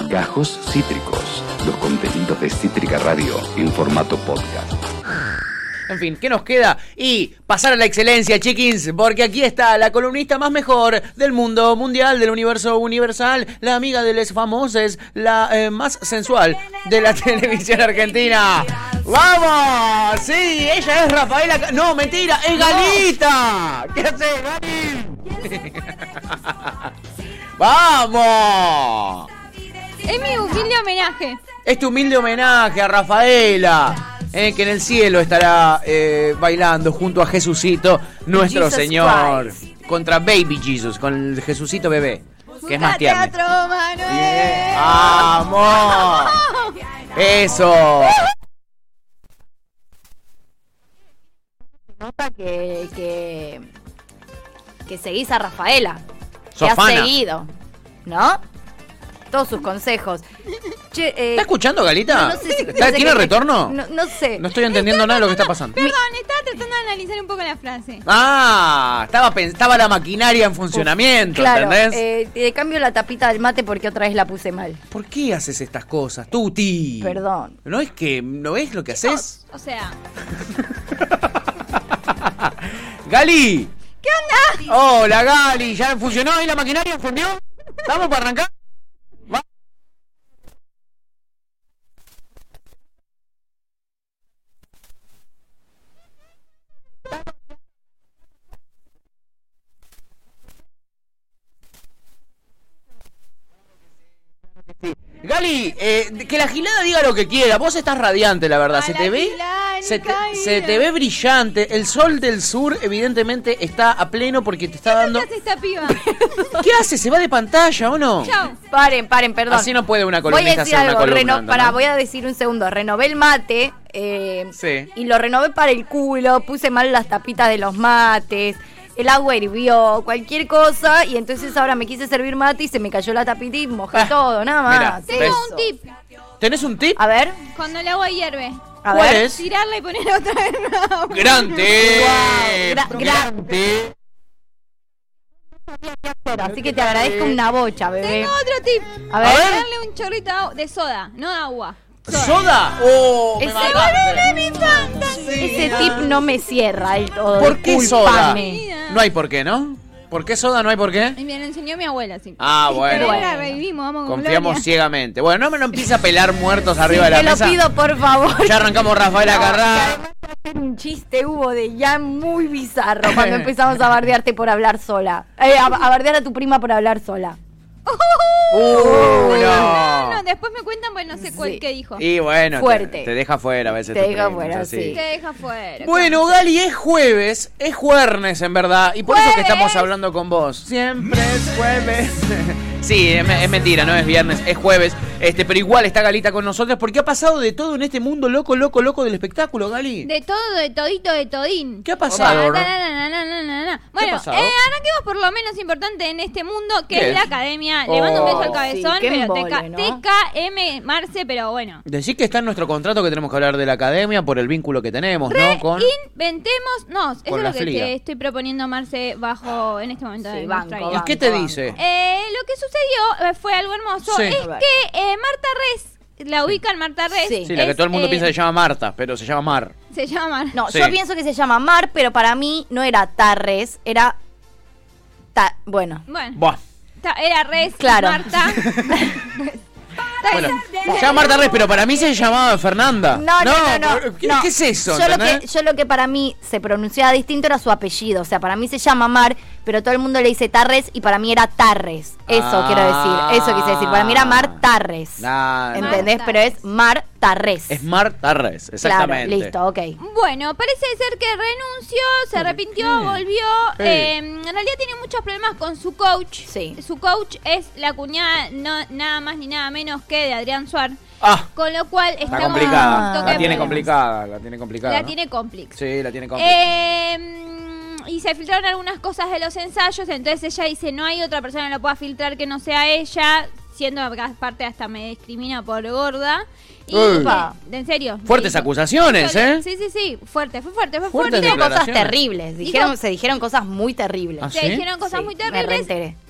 Gajos Cítricos, los contenidos de Cítrica Radio en formato podcast. En fin, ¿qué nos queda? Y pasar a la excelencia, chiquins, porque aquí está la columnista más mejor del mundo mundial, del universo universal, la amiga de los famosos, la más sensual de la televisión argentina. ¡Vamos! Sí, ella es Rafaela... No, mentira, es Galita. ¿Qué haces, Gali? ¡Vamos! Es mi humilde homenaje. Este humilde homenaje a Rafaela. Que en el cielo estará bailando junto a Jesucito, nuestro Jesus Señor, Christ. Contra Baby Jesus, con el Jesucito bebé, que es más tierno. Teatro, Manuel. ¡Vamos! ¡Eso! Nota que seguís a Rafaela. ¿Sos que fana? Has seguido, ¿no? Todos sus consejos. Che, ¿Está escuchando, Galita? No sé si, ¿Tiene retorno? No sé. No estoy entendiendo nada de lo que está pasando. Perdón, estaba tratando de analizar un poco la frase. Ah, estaba la maquinaria en funcionamiento, claro, ¿entendés? Te cambio la tapita del mate porque otra vez la puse mal. ¿Por qué haces estas cosas, Tuti? Perdón. ¿No ves lo que haces? O sea... ¡Gali! ¿Qué onda? Hola, Gali. ¿Ya funcionó ahí la maquinaria? ¿Entendió? ¿Estamos para arrancar? Gali, que la gilada diga lo que quiera. Vos estás radiante, la verdad. Se te ve, se te ve brillante. El sol del sur, evidentemente, está a pleno porque te está dando. ¿Qué hace esta piba? ¿Qué hace? ¿Se va de pantalla o no? Chao. Paren, perdón. Así no puede una columnista hacer algo, una columna. ¿No? Voy a decir un segundo. Renové el mate. Sí. Y lo renové para el culo. Puse mal las tapitas de los mates. El agua hirvió, cualquier cosa, y entonces ahora me quise servir mate y se me cayó la tapita y mojé todo, nada más. Mirá, tengo un tip. ¿Tenés un tip? A ver. Cuando el agua hierve. ¿Cuál es? Tirarla y ponerla otra vez. ¡Grande! Wow, ¡Grande! Así que te agradezco una bocha, bebé. Tengo otro tip. A ver. Darle un chorrito de soda, no de agua. ¿Soda? ¡Oh! Ese me encanta. Ese tip no me cierra del todo. ¿Por qué soda? Mira. No hay por qué, ¿no? ¿Por qué soda? ¿No hay por qué? Y me lo enseñó mi abuela, sí. Ah, bueno. Pero ahora revivimos, vamos con Confiamos Gloria. ciegamente. Bueno, no me lo empieza a pelar muertos arriba de la mesa. Te lo pido, por favor. Ya arrancamos Rafaela Carrá. Además, hacer un chiste hubo de ya muy bizarro cuando empezamos a bardearte por hablar sola. A bardear a tu prima por hablar sola. No, después me cuentan, pues no sé cuál que dijo. Y bueno, Fuerte. te deja fuera a veces. Te tu deja primo, fuera, es así. sí. Te deja fuera. Bueno, Gali, es jueves en verdad, y por eso que estamos hablando con vos. Siempre es jueves. Sí, es mentira, no es viernes, es jueves. Pero igual está Galita con nosotros porque ha pasado de todo en este mundo loco del espectáculo, Gali. De todo, de todito, de todín. ¿Qué ha pasado? Bueno, pasado? arranquemos por lo menos importante en este mundo, que ¿Qué es la es? academia. Le mando un beso al cabezón, sí, qué pero embole, ¿no? TKM Marce, pero bueno. Decís que está en nuestro contrato que tenemos que hablar de la academia por el vínculo que tenemos, ¿no? Con... Inventemos, no, eso Con es la lo que Fliga. te estoy proponiendo a Marce bajo en este momento de banco, nuestra vida. ¿Y qué te dice? Lo que sucedió fue algo hermoso, Sí. es A ver. que Marta Res, la ubican Marta Res. Sí. Sí, la que es, todo el mundo piensa que se llama Marta, pero se llama Mar. Se llama Mar. No, Sí. yo pienso que se llama Mar, pero para mí no era Tarres, era... Bueno. Bueno, Buah. era Res, Claro. Marta. Bueno, se llama Marta Res, pero para mí se llamaba Fernanda. No. ¿Qué es eso? Yo lo que para mí se pronunciaba distinto era su apellido. O sea, para mí se llama Mar, pero todo el mundo le dice Tarres y para mí era Tarres. Eso quiero decir. Eso quise decir. Para mí era Mar Tarres. ¿Entendés? Mar Pero es Mar Tarres. Es Marta Res, exactamente. Claro, listo, ok. Bueno, parece ser que renunció, se arrepintió, volvió. En realidad tiene muchos problemas con su coach. Sí. Su coach es la cuñada, nada más ni nada menos que de Adrián Suárez. Ah, Con lo cual está estamos complicada. toque La tiene problemas. complicada, la tiene complicada. La ¿no? tiene complex. Sí, la tiene complicada. Y se filtraron algunas cosas de los ensayos, entonces ella dice, no hay otra persona que lo pueda filtrar que no sea ella, siendo que aparte hasta me discrimina por gorda. Y, en serio. Fuertes acusaciones, ¿eh? Sí, fuerte, fue fuerte. Fuertes Cosas declaraciones. terribles. Se dijeron cosas muy terribles. ¿Ah, Se sí? dijeron cosas Sí, muy me terribles. reenteré.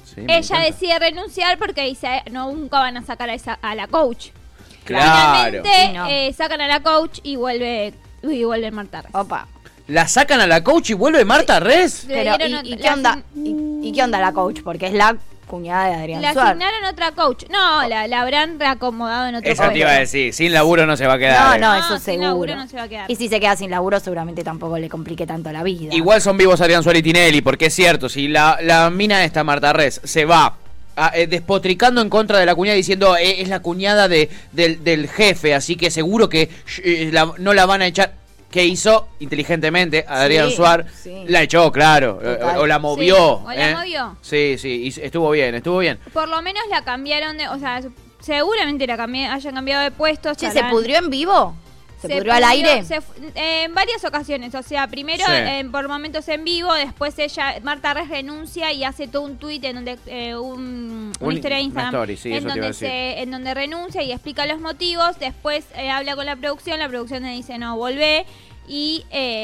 Sí, ella decide renunciar porque dice, no, nunca van a sacar a la coach. Claro. Finalmente sacan a la coach y vuelve Marta Res. Opa. ¿La sacan a la coach y vuelve Marta Res? Pero, ¿y qué onda? ¿Y qué onda la coach? Porque es la cuñada de Adrián Le Suar. asignaron otra coach. No, la habrán reacomodado en otro Eso te iba a decir, sin laburo no se va a quedar. No, eso sin seguro. laburo no se va a quedar. Y si se queda sin laburo, seguramente tampoco le complique tanto la vida. Igual son vivos Adrián Suárez y Tinelli, porque es cierto, si la mina esta Marta Res se va despotricando en contra de la cuñada diciendo es la cuñada del jefe, así que seguro que no la van a echar. ¿Qué hizo? Inteligentemente, Adrián Suar la echó, claro, o la movió. Sí, o la movió. Sí, y estuvo bien. Por lo menos la cambiaron o sea, seguramente hayan cambiado de puesto. Che, ¿se pudrió en vivo? ¿Se pudrió al aire? En varias ocasiones, o sea, primero por momentos en vivo, después Marta Res renuncia y hace todo un tuit en donde una historia de Instagram en donde renuncia y explica los motivos, después habla con la producción le dice no, volvé y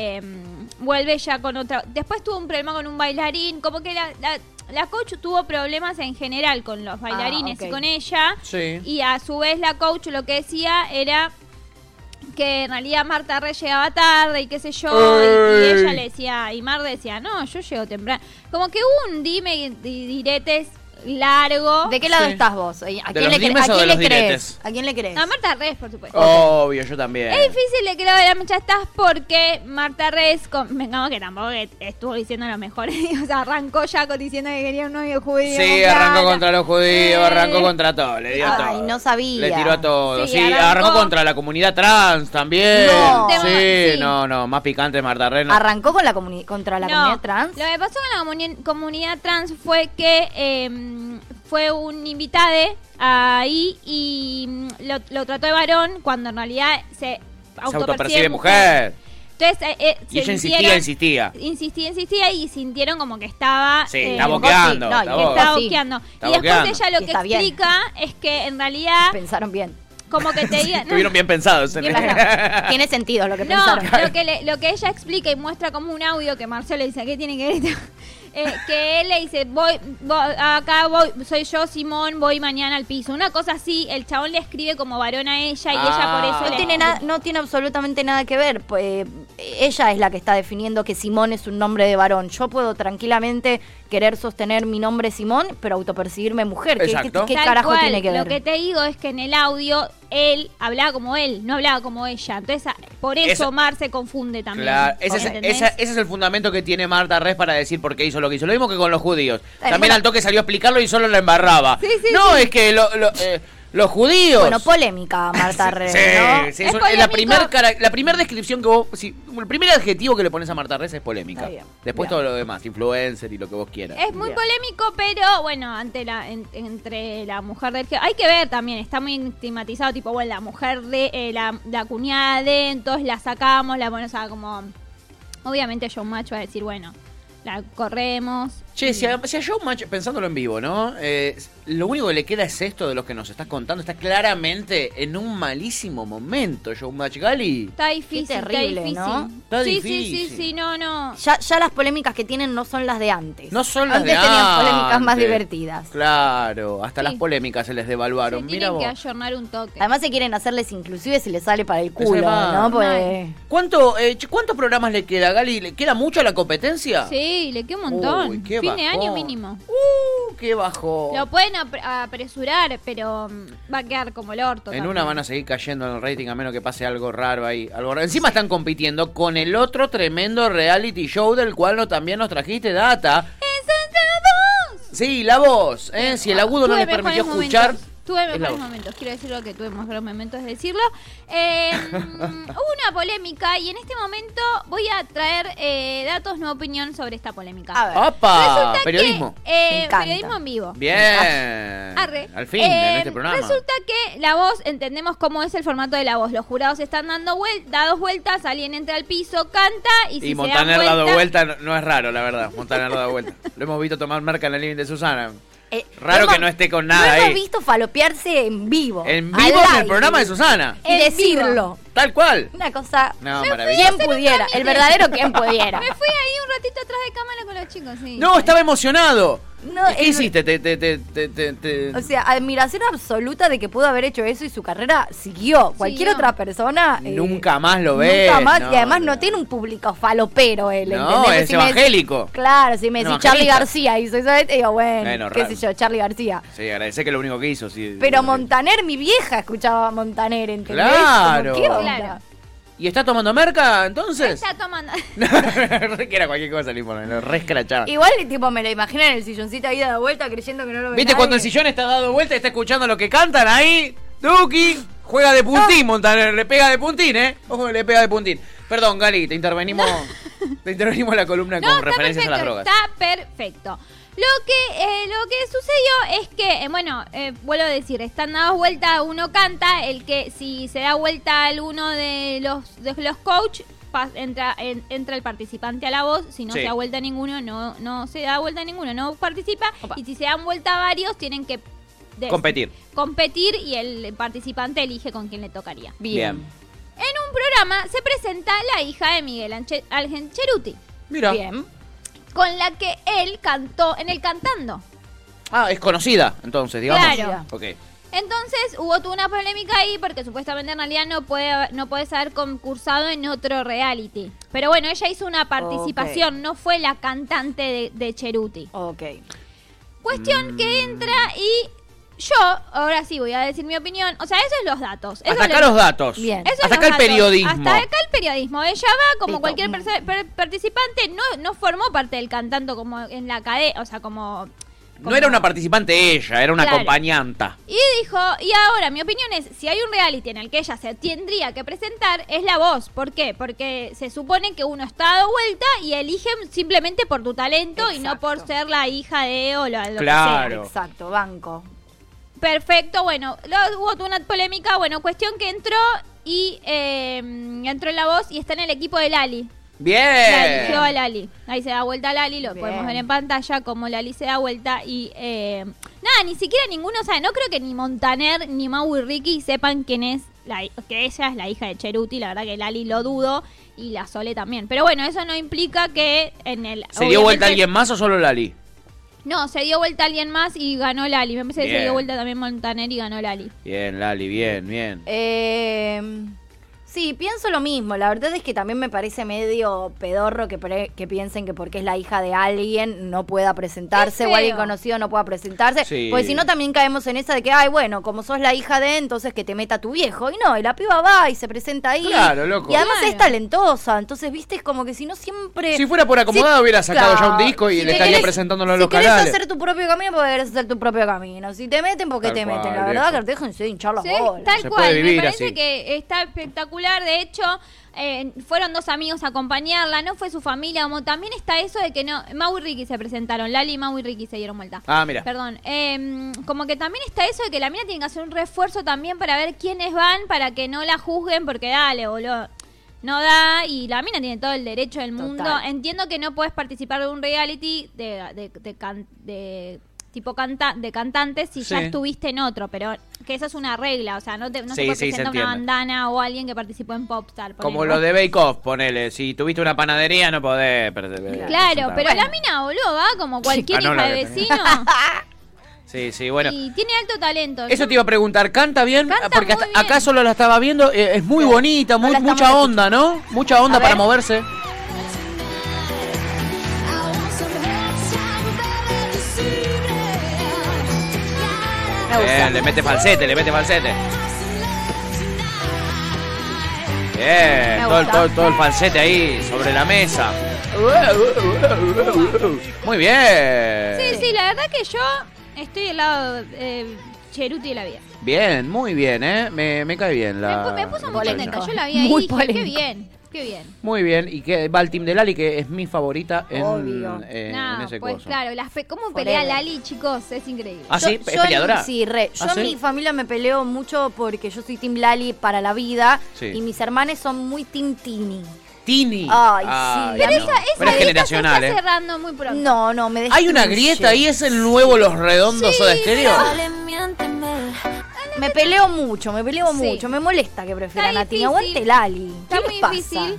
vuelve ya con otra. Después tuvo un problema con un bailarín, como que la coach tuvo problemas en general con los bailarines y con ella, y a su vez la coach lo que decía era que en realidad Marta Res llegaba tarde y qué sé yo, y ella le decía, y Marta decía, no, yo llego temprano. Como que hubo un dime y diretes largo. ¿De qué lado estás vos? ¿A quién le crees? ¿A quién le crees? A Marta Res, por supuesto. Obvio, yo también. Es difícil de creer a la muchacha estás porque Marta Res, vengamos que tampoco estuvo diciendo lo mejor, o sea, arrancó ya diciendo que quería un novio judío. Sí, arrancó contra los judíos, arrancó contra todo, le dio todo. Ay, no sabía. Le tiró a todo. Sí, arrancó contra la comunidad trans también. No. No, más picante Marta Res. No. ¿Arrancó con contra la comunidad trans? Lo que pasó con la comunidad trans fue que fue un invitado ahí y lo trató de varón cuando en realidad se autopercibe mujer. Entonces, y ella insistía y sintieron como que estaba boqueando. Estaba boqueando. Y después ella lo que explica es que en realidad pensaron bien. Como que te digan. Estuvieron bien pensados. Tiene sentido lo que pensaron. Lo que ella explica y muestra como un audio que Marcelo dice, ¿qué tiene que ver esto? Que él le dice, voy, soy yo, Simón, voy mañana al piso. Una cosa así, el chabón le escribe como varón a ella y ella por eso no tiene absolutamente nada que ver. Pues, ella es la que está definiendo que Simón es un nombre de varón. Yo puedo tranquilamente querer sostener mi nombre Simón, pero autopercibirme mujer. ¿Qué carajo tiene que ver? Lo que te digo es que en el audio él hablaba como él, no hablaba como ella. Entonces, por eso Mar se confunde también. Claro, ese es el fundamento que tiene Marta Res para decir por qué hizo lo que hizo. Lo mismo que con los judíos. También al toque salió a explicarlo y solo la embarraba. Es que los judíos. Bueno, polémica, Marta Res. Sí, ¿no? La primera descripción que vos. El primer adjetivo que le pones a Marta Res es polémica. Después todo lo demás, influencer y lo que vos quieras. Es muy polémico, pero bueno, entre la mujer del que. Hay que ver también, está muy estigmatizado, tipo, bueno, la mujer de la cuñada de, entonces la sacamos, la ponemos a como. Obviamente, Showmatch va a decir, bueno, la corremos. Che, si a Showmatch, pensándolo en vivo, ¿no? Lo único que le queda es esto de lo que nos estás contando. Está claramente en un malísimo momento, Showmatch, Gali. Está difícil, terrible, ¿no? Está difícil. Sí, no. Ya las polémicas que tienen no son las de antes. No son las de antes. Antes tenían polémicas más divertidas. Claro, hasta las polémicas se les devaluaron. Se tienen que ayornar un toque. Además se quieren hacerles inclusives y les sale para el culo, ¿no? Pues... ¿Cuántos programas le queda, Gali? ¿Le queda mucho a la competencia? Sí, le queda un montón. Uy, qué fin de año mínimo. Qué bajo. Lo pueden apresurar, pero va a quedar como el orto. En una van a seguir cayendo en el rating a menos que pase algo raro ahí. Encima están compitiendo con el otro tremendo reality show del cual también nos trajiste data. ¡Esa es la voz! Sí, la voz. Si el agudo no les permitió escuchar... Tuve mejores momentos, quiero decirlo que tuve mejores momentos de decirlo. Hubo una polémica y en este momento voy a traer datos, no opinión sobre esta polémica. A ver. ¡Opa! Periodismo. Periodismo en vivo. Bien. Arre. Al fin, en este programa. Resulta que La Voz, entendemos cómo es el formato de La Voz. Los jurados están dando dos vueltas, alguien entra al piso, canta y si Montaner se dan dado vuelta no es raro, la verdad. Montaner dado vuelta. Lo hemos visto tomar marca en el living de Susana. Raro que no esté con nada ahí. Lo hemos visto falopearse en vivo. En vivo en el programa de Susana. Y decirlo. Tal cual. Una cosa. No, maravilloso. ¿Quién pudiera? El verdadero quien pudiera. Me fui ahí un ratito atrás de cámara con los chicos, sí. No, estaba emocionado. No, ¿Qué hiciste? O sea, admiración absoluta de que pudo haber hecho eso y su carrera siguió. Cualquier otra persona... nunca más lo ve. Nunca más, y además no tiene un público falopero él, No, es evangélico. Claro, si me decís Charly García hizo eso, digo, bueno, qué sé yo, Charly García. Sí, agradecer que es lo único que hizo. Sí, pero Montaner, mi vieja escuchaba a Montaner, ¿entendés? Claro. ¿Qué onda? Claro. ¿Y está tomando merca entonces? Está tomando. Que era cualquier cosa, lo re escrachaba. Igual, tipo, me lo imaginé en el silloncito ahí dado vuelta creyendo que no lo ve. ¿Viste nadie? cuando el sillón está dado vuelta y está escuchando lo que cantan ahí? Duki juega de puntín, Montaner, le pega de puntín, Ojo que le pega de puntín. Perdón, Gali, te intervenimos en la columna con referencias a las drogas. Está perfecto. Lo que sucedió es que, vuelvo a decir, están dados vuelta, uno canta, el que si se da vuelta alguno de los coach, entra el participante a la voz, si no se da vuelta ninguno, no se da vuelta ninguno, no participa, y si se dan vuelta varios, tienen que competir y el participante elige con quién le tocaría. Bien. En un programa se presenta la hija de Miguel Ángel Cheruti. Mira. Bien. Con la que él cantó en el Cantando. Ah, es conocida, entonces, digamos. Claro. Ok. Entonces hubo toda una polémica ahí porque supuestamente en realidad no puede haber concursado en otro reality. Pero bueno, ella hizo una participación, no fue la cantante de Cheruti. Ok. Cuestión que entra y yo, ahora sí voy a decir mi opinión. O sea, esos son los datos. Hasta acá los datos. Bien. Esos Hasta son acá el los datos. periodismo. Hasta acá el periodismo. Ella va como Listo. cualquier participante, no formó parte del cantando como en la cadena, o sea, como... No era una participante ella, era una Claro. acompañanta. Y dijo, y ahora mi opinión es, si hay un reality en el que ella se tendría que presentar, es La Voz. ¿Por qué? Porque se supone que uno está dado vuelta y eligen simplemente por tu talento y no por ser la hija de o lo que Claro. sea. Exacto, banco. Perfecto, bueno, hubo una polémica, bueno, cuestión que entró y entró en La Voz y está en el equipo de Lali. Bien. La eligió a Lali. Ahí se da vuelta a Lali, lo Bien. podemos ver en pantalla como Lali se da vuelta y nada, ni siquiera ninguno, o sea, no creo que ni Montaner ni Mau y Ricky sepan quién es que ella es la hija de Cheruti, la verdad que Lali lo dudo y la Sole también. Pero bueno, eso no implica que en el ¿Se dio vuelta alguien más o solo Lali? No, se dio vuelta alguien más y ganó Lali. Me parece que se Bien. dio vuelta también Montaner y ganó Lali. Bien, Lali, bien. Sí, pienso lo mismo. La verdad es que también me parece medio pedorro que piensen que porque es la hija de alguien no pueda presentarse Es o alguien feo. conocido no pueda presentarse. Sí. Porque si no también caemos en esa de que, ay, bueno, como sos la hija de, entonces que te meta tu viejo. Y no, y la piba va y se presenta ahí. Claro, loco. Y además Claro. es talentosa. Entonces, viste, es como que si no siempre... Si fuera por acomodado hubiera sacado ya un disco y Si le te estaría querés- presentándolo en si los querés canales. hacer tu propio camino, podés hacer tu propio camino. Si te meten, ¿por qué Tal te meten? cual, La verdad viejo. que déjense de hinchar las Sí, bolas. tal Se cual. puede Me vivir parece así. que está espectacular. De hecho, fueron dos amigos a acompañarla. No fue su familia. Como también está eso de que no. Mau y Ricky se presentaron. Lali, Mau y Ricky se dieron vuelta. Ah, mira. Perdón. Como que también está eso de que la mina tiene que hacer un refuerzo también para ver quiénes van, para que no la juzguen, porque dale, boludo. No da, y la mina tiene todo el derecho del mundo. Total. Entiendo que no puedes participar de un reality de cantantes si ya Sí. estuviste en otro, pero que eso es una regla, o sea, no Sí, se puede sí, se presentar una entiende. bandana o alguien que participó en Popstar. Como ponele. lo de Bake Off, ponele. Si tuviste una panadería no podés Claro, presentar. pero la mina, boludo, va como cualquier ganó hija la de que vecino Sí, bueno. y tiene alto talento. Eso Yo- te iba a preguntar, ¿canta bien? Canta Porque hasta muy bien. acá solo la estaba viendo, es muy bonita, No la estamos mucha onda, ¿no? Mucha onda A para ver. moverse. Me gusta. Le mete falsete. Bien, Me todo gusta. todo el falsete ahí sobre la mesa. Muy bien. Sí, la verdad que yo estoy del lado Cheruti de la vida. Bien, muy bien, ¿eh? Me cae bien la... Me puso muy polémico. contenta, yo la vi ahí Muy y dije, qué polémico. bien. Muy bien, y que va el team de Lali, que es mi favorita en Obvio. en No, ese pues coso. claro, cómo Forever. pelea Lali, chicos, es increíble. ¿Ah, sí? ¿Es Yo peleadora? Sí, re. Yo ¿Ah, en sí? mi familia me peleo mucho porque yo soy Team Lali para la vida Sí. y mis hermanos son muy Team Tini. Tini. Ay, sí. Pero no. esa Pero es grieta generacional, se está ¿eh? cerrando muy pronto. No, me destruye. ¿Hay una grieta ahí? ¿Es el nuevo Los Redondos o de estéreo? Me peleo mucho, Sí. me molesta que prefieran Está a Tini. difícil. Aguante Lali. Está ¿Qué muy les pasa? difícil.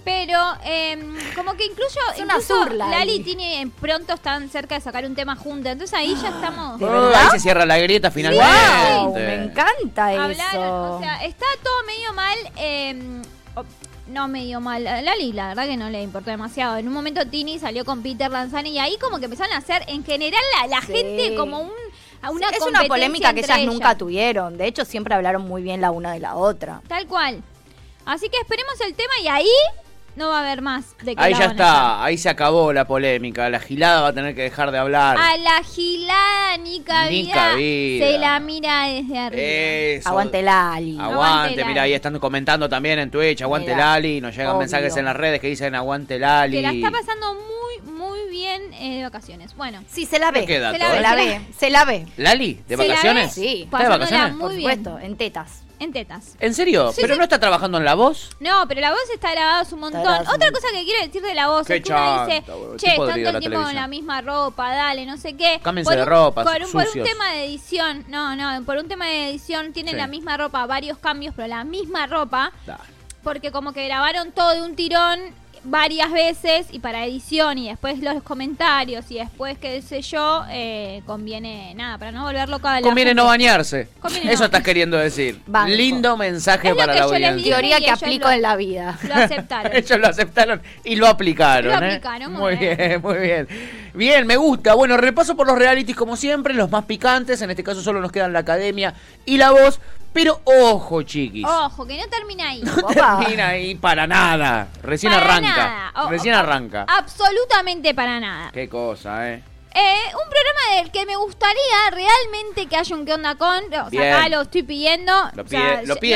Pero como que incluso Lali y Tini pronto están cerca de sacar un tema juntas. Entonces ahí ya estamos. Ahí se cierra la grieta finalmente. Wow, me encanta eso. O sea, está todo medio mal. No medio mal. Lali, la verdad que no le importó demasiado. En un momento Tini salió con Peter Lanzani y ahí como que empezaron a hacer en general la gente como una es una polémica que ellas nunca tuvieron. De hecho, siempre hablaron muy bien la una de la otra. Tal cual. Así que esperemos el tema y ahí no va a haber más de que ahí ya está, ahí se acabó la polémica. La gilada va a tener que dejar de hablar. A la gilada Nica Vida se la mira desde arriba. Eso. Aguante Lali. Aguante, mira, ahí están comentando también en Twitch, aguante Lali. Nos llegan mensajes en las redes que dicen aguante Lali. Que la está pasando muy bien de vacaciones. Bueno. Sí, se la ve. Se la ve. ¿Lali? ¿De vacaciones? Sí. ¿Está de vacaciones? Por supuesto, en tetas. En tetas. ¿En serio? Sí, ¿Pero no está trabajando en La Voz? No, pero La Voz está grabada un montón. Otra cosa que quiero decir de La Voz es que uno dice, che, están todo el tiempo con la misma ropa, dale, no sé qué. Cámbiense de ropa, por un tema de edición, por un tema de edición tienen la misma ropa, varios cambios, pero la misma ropa. Porque como que grabaron todo de un tirón varias veces y para edición y después los comentarios y después qué sé yo, conviene para no volver loca a la conviene gente. No bañarse. Conviene eso estás queriendo decir. Banco. Lindo mensaje para la audiencia. Teoría que aplico en la vida. Lo aceptaron. Ellos lo aceptaron y lo aplicaron. Lo aplicaron, muy bien, muy bien. Bien, me gusta. Bueno, repaso por los realities como siempre, los más picantes. En este caso solo nos quedan La Academia y La Voz. Pero ojo, chiquis. Ojo, que no termina ahí. No termina ahí para nada. Recién arranca. Recién arranca. Absolutamente para nada. Qué cosa, un programa del que me gustaría realmente que haya un qué onda con. O sea, acá lo estoy pidiendo. Lo pide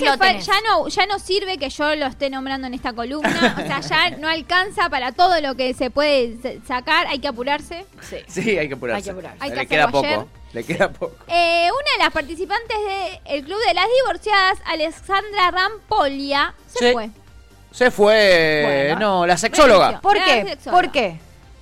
ya no sirve que yo lo esté nombrando en esta columna. O sea, ya no alcanza para todo lo que se puede sacar. Hay que apurarse. Sí, hay que apurarse. Le queda poco. Ayer. Le queda poco. Una de las participantes del Club de las Divorciadas, Alexandra Rampolia, se fue. Se fue. Bueno, no, la sexóloga. ¿Por qué? ¿Por qué?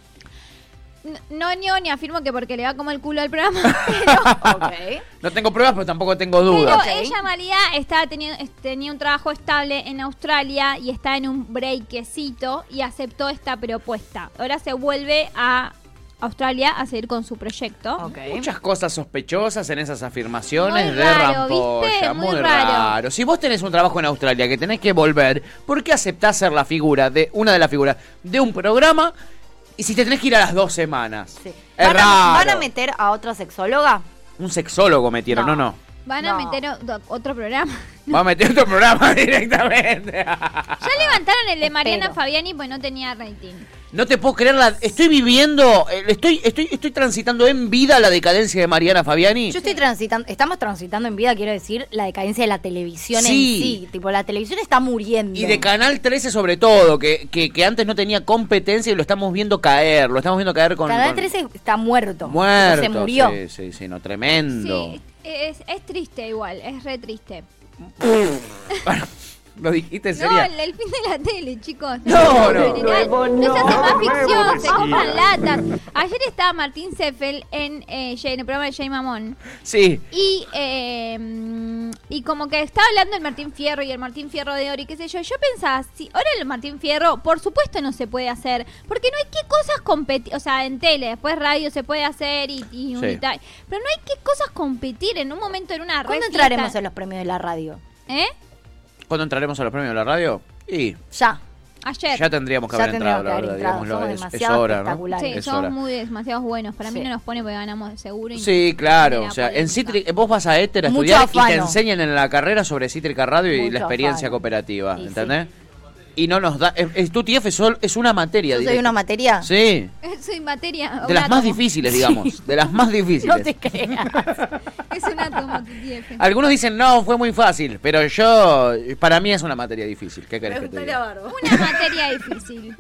No niego ni afirmo que porque le va como el culo al programa. Pero, no tengo pruebas, pero tampoco tengo dudas. Pero ella, María, tenía un trabajo estable en Australia y está en un breakcito y aceptó esta propuesta. Ahora se vuelve a Australia a seguir con su proyecto. Muchas cosas sospechosas en esas afirmaciones muy de raro, Rampolla. ¿viste? Muy raro. Si vos tenés un trabajo en Australia que tenés que volver, ¿por qué aceptás ser una de las figuras de un programa? Y si te tenés que ir a las 2 semanas. Sí. Es raro. ¿Van a meter a otra sexóloga? Un sexólogo metieron, ¿no? Van a meter otro programa. Va a meter otro programa directamente. Ya levantaron el de Mariana Fabiani pues no tenía rating. No te puedo creer, estoy viviendo, estoy transitando en vida la decadencia de Mariana Fabiani. Yo estamos transitando en vida, quiero decir, la decadencia de la televisión en sí. Tipo, la televisión está muriendo. Y de Canal 13 sobre todo, que antes no tenía competencia y lo estamos viendo caer, con... Canal 13 está muerto. Se murió. Sí, no, tremendo. Sí, es triste igual, es re triste. Bueno, ¿lo dijiste en serio? No, el fin de la tele, chicos. No. No se hace más ficción, se compran latas. Ayer estaba Martín Seffel en el programa de Jay Mamón. Sí. Y como que estaba hablando el Martín Fierro y el Martín Fierro de Ori, qué sé yo. Yo pensaba, si ahora el Martín Fierro, por supuesto no se puede hacer, porque no hay qué cosas competir, o sea, en tele, después radio se puede hacer y tal. Pero no hay qué cosas competir en un momento en una red. ¿Cuándo entraremos en los premios de la radio? ¿Cuándo entraremos a los premios de la radio? Ya. Ayer. Ya tendríamos que haber entrado, la verdad, digámoslo. Es hora, ¿no? Sí, somos demasiado buenos. Para mí no nos pone porque ganamos de seguro. Y sí, claro. O sea, en Cítrica, vos vas a Éter a estudiar y te enseñan en la carrera sobre Cítrica Radio y la experiencia cooperativa, ¿entendés? Y no nos da... tu TIEF es una materia. ¿Yo soy una materia? Sí. Soy materia... De las más difíciles, digamos. De las más difíciles. No te creas. Es un átomo tu TIEF. Algunos dicen, no, fue muy fácil. Pero para mí es una materia difícil. ¿Qué querés que te diga? Una materia difícil.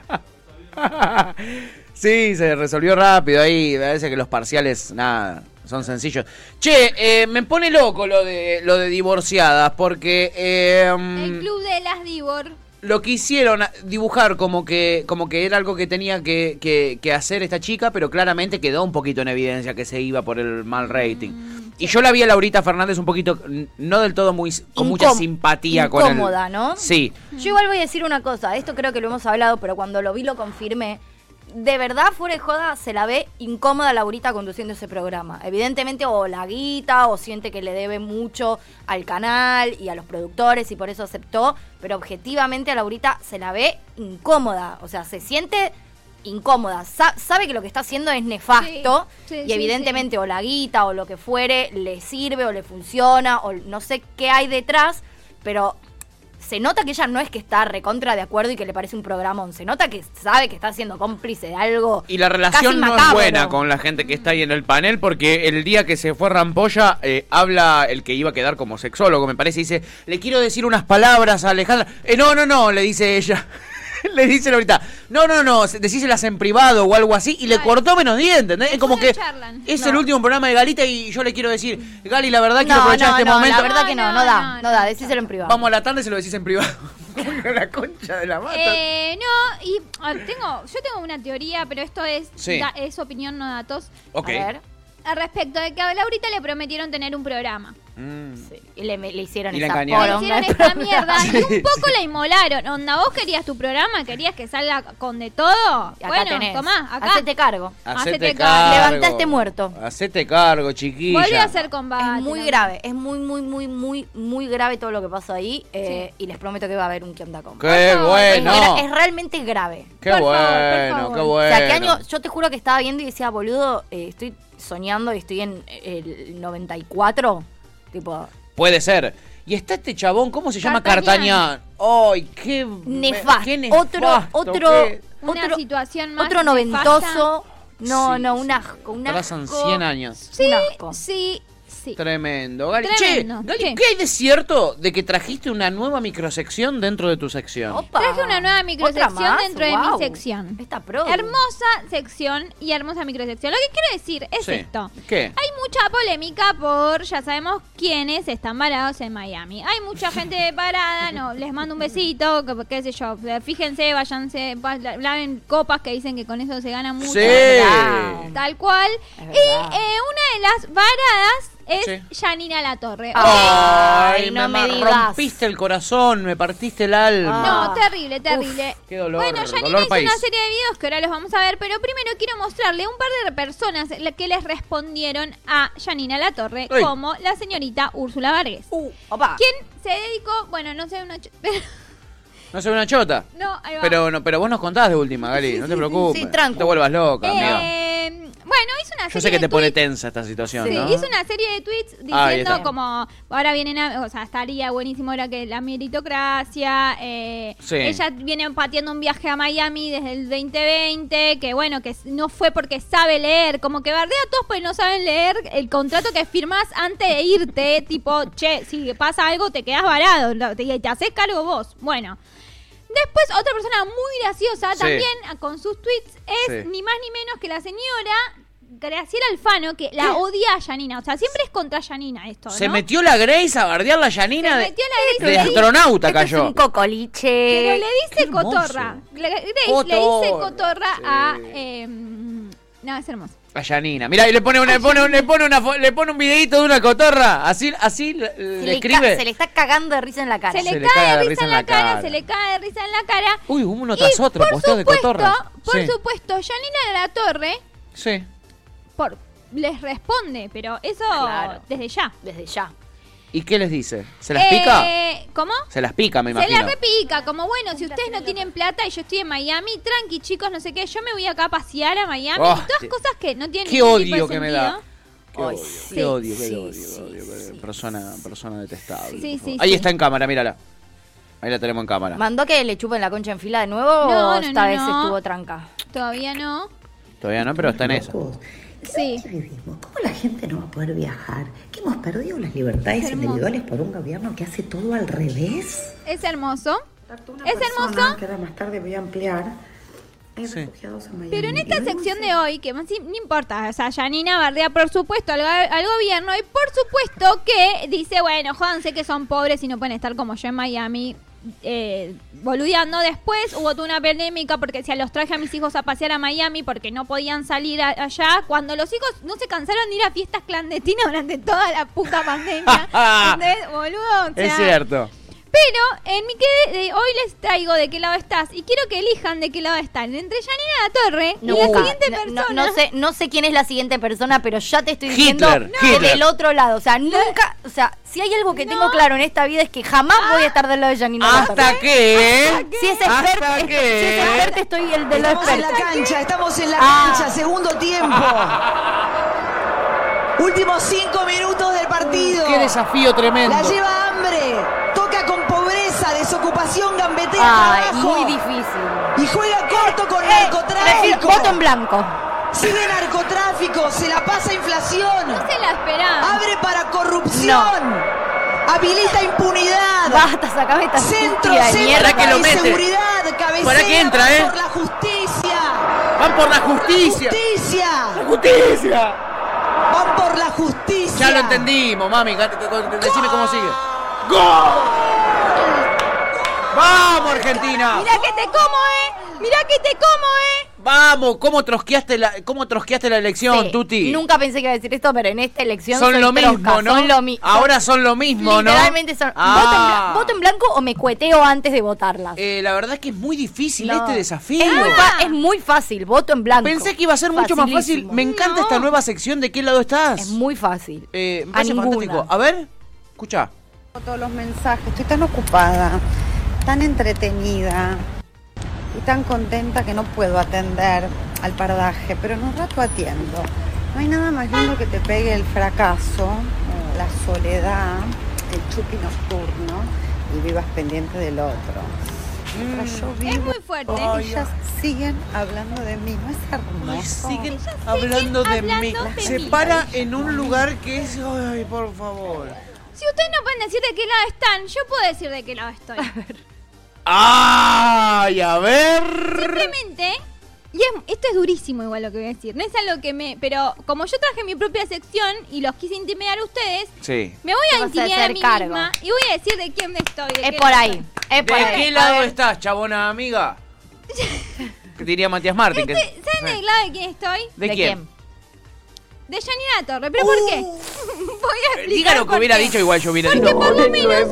Sí, se resolvió rápido ahí. Me parece que los parciales, nada... Son sencillos. Che, me pone loco lo de divorciadas, porque... el Club de las Divor. lo quisieron dibujar como que era algo que tenía que hacer esta chica, pero claramente quedó un poquito en evidencia que se iba por el mal rating. Y yo la vi a Laurita Fernández un poquito, no del todo con mucha simpatía con él. Incómoda, ¿no? Sí. Yo igual voy a decir una cosa, esto creo que lo hemos hablado, pero cuando lo vi lo confirmé. De verdad, fuera de joda, se la ve incómoda Laurita conduciendo ese programa. Evidentemente, o la guita, o siente que le debe mucho al canal y a los productores y por eso aceptó. Pero objetivamente a Laurita se la ve incómoda. O sea, se siente incómoda. Sabe que lo que está haciendo es nefasto. Y evidentemente, o la guita o lo que fuere, le sirve o le funciona, o no sé qué hay detrás, pero se nota que ella no es que está recontra de acuerdo y que le parece un programón. Se nota que sabe que está siendo cómplice de algo. Y la relación no es buena con la gente que está ahí en el panel, porque el día que se fue Rampolla, habla el que iba a quedar como sexólogo, me parece, y dice, le quiero decir unas palabras a Alejandra. No, le dice ella. Le dice ahorita, no, decíselas en privado o algo así, y le cortó menos dientes, ¿entendés? Es como que es el último programa de Galita y yo le quiero decir, Gali, la verdad quiero aprovechar este momento. La verdad que no da, decíselo en privado. Vamos a la tarde y se lo decís en privado. La concha de la mata. Yo tengo una teoría, pero esto es opinión, no datos. Ok. A ver. Al respecto de que a Laurita le prometieron tener un programa. Sí. Y le hicieron esa poronga. Le hicieron esta mierda y un poco la inmolaron. Onda, vos querías tu programa, querías que salga con de todo. Acá bueno, tenés. Tomá, acá. Hacete cargo. Hacete cargo. Levantaste muerto. Hacete cargo, chiquilla. Volví a hacer combate. Es muy grave. Es muy grave todo lo que pasó ahí. Y les prometo que va a haber un ¿Qué onda con? ¡Qué bueno! Es realmente grave. ¡Qué bueno, qué bueno! O sea, ¿qué año? Yo te juro que estaba viendo y decía, boludo, estoy soñando y estoy en el 94. Tipo... Puede ser. Y está este chabón, ¿cómo se llama? Cartañán. ¡Ay, qué nefasto! Qué nefasto! Una situación más otro noventoso. No, un asco. Pasan 100 años. Sí, un asco. Sí. Tremendo. Gali, Tremendo. Gali, ¿qué hay de cierto de que trajiste una nueva microsección dentro de tu sección? Opa. Traje una nueva microsección dentro de mi sección. Está pro. Hermosa sección y hermosa microsección. Lo que quiero decir es esto. ¿Qué? Hay mucha polémica por, ya sabemos quiénes están varados en Miami. Hay mucha gente parada, les mando un besito, qué sé yo. Fíjense, váyanse, laven copas que dicen que con eso se gana mucho. Sí. Tal cual. Y una de las varadas es Yanina Latorre. Ay, no me digas. Rompiste el corazón, me partiste el alma. No, terrible. Uf, qué dolor. Bueno, Yanina hizo una serie de videos que ahora los vamos a ver, pero primero quiero mostrarle un par de personas que les respondieron a Yanina Latorre, como la señorita Úrsula Vargas. Quien se dedicó, bueno, no sé, ¿No soy una chota? No, ahí va. Pero vos nos contás de última, Gali, no te preocupes. Sí, tranqui. No te vuelvas loca, amiga. Bueno, hizo una serie de Yo sé que te tweets. pone tensa esta situación, Sí, ¿no? hizo una serie de tweets diciendo como, ahora vienen estaría buenísimo ahora que la meritocracia, ella viene pateando un viaje a Miami desde el 2020, que bueno, que no fue porque sabe leer, como que bardea a todos porque no saben leer el contrato que firmás antes de irte, tipo, che, si pasa algo te quedás varado, te haces cargo vos. Bueno. Después, otra persona muy graciosa también con sus tweets es ni más ni menos que la señora Graciela Alfano, que la odia a Yanina. O sea, siempre es contra Yanina esto, ¿no? Se metió la Grace a bardear la Yanina de astronauta cayó. Es un cocoliche. Pero le dice cotorra. Grace le dice cotorra a... no, es hermoso. A Yanina. Mirá, y le pone un videito de una cotorra. Así le escribe. Se le está cagando de risa en la cara. Se le cae de risa en la cara, se le cae de risa en la cara. Uy, uno tras otro, posteos de cotorra. Por supuesto, Yanina Latorre sí. Les responde, pero eso desde ya. ¿Y qué les dice? ¿Se las pica? ¿Cómo? Se las pica, me imagino. Se las repica, como bueno, si ustedes no tienen plata y yo estoy en Miami, tranqui chicos, no sé qué, yo me voy acá a pasear a Miami y todas cosas que no tienen ningún tipo de sentido. Qué odio que me da. Qué odio. Sí. Persona detestable. Sí, ahí está en cámara, mírala. Ahí la tenemos en cámara. ¿Mandó que le chupen la concha en fila de nuevo o esta vez estuvo tranca? Todavía no. Todavía no, pero está en eso. Sí. ¿Cómo la gente no va a poder viajar? ¿Que hemos perdido las libertades individuales por un gobierno que hace todo al revés? Es hermoso. Es hermoso. Que ahora más tarde voy a ampliar. Hay refugiados en Miami. Pero en esta sección de hoy, que más no importa, o sea, Yanina bardea por supuesto al gobierno y por supuesto que dice, bueno, jódanse que son pobres y no pueden estar como yo en Miami. boludeando. Después hubo toda una polémica porque si los traje a mis hijos a pasear a Miami porque no podían salir allá, cuando los hijos no se cansaron de ir a fiestas clandestinas durante toda la puta pandemia. ¿Entendés, boludo? O sea, es cierto. Pero en mi hoy les traigo de qué lado estás y quiero que elijan de qué lado están. Entre Janina Latorre y la siguiente persona. No sé quién es la siguiente persona, pero ya te estoy diciendo Hitler. del otro lado. O sea, nunca, o sea, si hay algo que tengo claro en esta vida es que jamás voy a estar del lado de Janina Latorre. ¿Hasta qué? Si es experta, estoy el de los expertos. Estamos en la cancha, segundo tiempo. Últimos 5 minutos del partido. Qué desafío tremendo. La lleva hambre, toca con pobreza, desocupación, gambetea, trabajo. Muy difícil. Y juega corto con narcotráfico. Voto en blanco. Sigue narcotráfico, se la pasa inflación. No se la esperaba. Abre para corrupción. Habilita impunidad. Basta, sacame esta Centro que lo de mete. seguridad, cabecera. ¿Para qué entra, Por la justicia. Van por la justicia. Justicia. Justicia. Van por la justicia. Ya lo entendimos, mami. Decime cómo sigue. ¡Gol! ¡Vamos, Argentina! Mirá que te como, Mirá que te como, Vamos, ¿cómo trosqueaste la elección, Sí, Tuti? Nunca pensé que iba a decir esto, pero en esta elección Son soy lo mismo, trosca, ¿no? Son lo mismo. Ahora son lo mismo, ¿no? Literalmente son. ¿Voto en blanco o me cueteo antes de votarlas? La verdad es que es muy difícil No. este desafío. Es muy fácil, voto en blanco. Pensé que iba a ser mucho más fácil. Facilísimo. Me encanta esta nueva sección. ¿De qué lado estás? Es muy fácil. Me A parece ninguna. fantástico. A ver, escucha. Todos los mensajes, estoy tan ocupada, tan entretenida y tan contenta que no puedo atender al pardaje, pero en un rato atiendo. No hay nada más lindo que te pegue el fracaso, la soledad, el chupi nocturno y vivas pendiente del otro. Mientras yo Es vivo, muy fuerte. ellas siguen hablando de mí, ¿no es hermoso? Siguen hablando de mí. hablando de Se mí. para en un lugar que es... Ay, por favor. Si ustedes no pueden decir de qué lado están, yo puedo decir de qué lado estoy. ¡Ay, a ver! Simplemente, esto es durísimo igual lo que voy a decir, no es algo que pero como yo traje mi propia sección y los quise intimidar a ustedes, Sí. me voy Te a vas a intimidar a hacer mí cargo. misma y voy a decir de quién estoy. de Es qué por lado ahí. estoy. Es por ¿De ahí. qué lado estás, chabona amiga? ¿Qué diría Matías Martín? ¿Saben de lado de quién estoy? ¿De quién? De Janina Torre. ¿Pero por qué? Voy a explicar. Diga lo que por hubiera qué. dicho, igual yo hubiera Porque dicho. por lo menos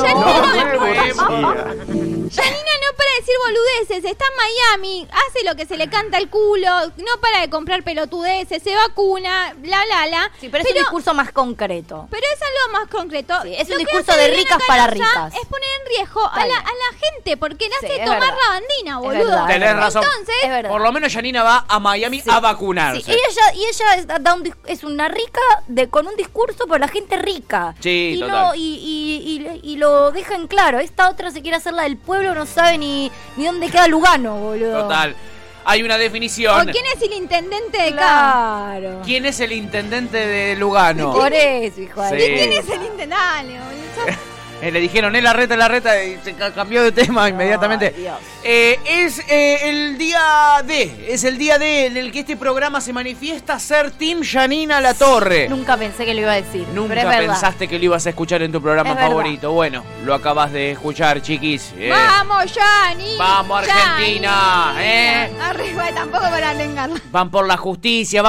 No, Janina no para de decir boludeces, está en Miami, hace lo que se le canta el culo, no para de comprar pelotudeces, se vacuna, bla, bla, bla. Sí, pero es un discurso más concreto. Pero es algo más concreto. Sí, es Lo un que discurso hace de Liliana ricas para Canosa ricas. Es poner en riesgo a la gente, porque le Sí, hace es tomar verdad. lavandina, Es boludo. verdad. Tenés razón. Entonces, Es verdad. Por lo menos Janina va a Miami Sí. a vacunarse. Sí, ella es una rica con un discurso por la gente rica. Sí, y total. y lo deja en claro. Esta otra se quiere hacer la del pueblo, no sabe ni dónde queda Lugano, boludo. Total. Hay una ¿o definición. quién es el intendente de acá? Claro. ¿Quién es el intendente de Lugano? Por eso, hijo de... Sí. ¿Quién es el intendente? Dale, boludo. Le dijeron, la reta, y se cambió de tema inmediatamente. Ay, Dios. Es el día D en el que este programa se manifiesta ser Team Janina Latorre. Nunca pensé que lo iba a decir. Nunca pero es verdad. pensaste que lo ibas a escuchar en tu programa Es verdad. favorito. Bueno, lo acabas de escuchar, chiquis. ¡Vamos, Jani! Vamos, Argentina, Jani. Arriba, tampoco para alengarla. Van por la justicia,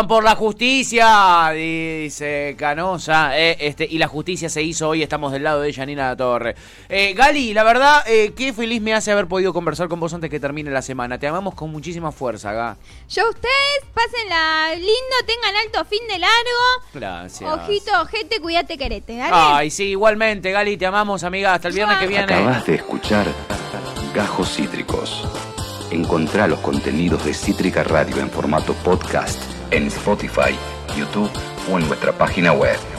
dice Canosa. Y la justicia se hizo hoy, estamos del lado de Janina Latorre. Gali, la verdad, qué feliz me hace haber podido conversar con vos antes que termine la semana. Te amamos con muchísima fuerza, Gá. Yo ustedes, pásenla lindo, tengan alto fin de largo. Gracias. Ojito, ojete, cuídate, querete. Dale. Ay, sí, igualmente, Gali, te amamos, amiga. Hasta el viernes que viene. Acabas de escuchar Gajos Cítricos. Encontrá los contenidos de Cítrica Radio en formato podcast en Spotify, YouTube o en nuestra página web.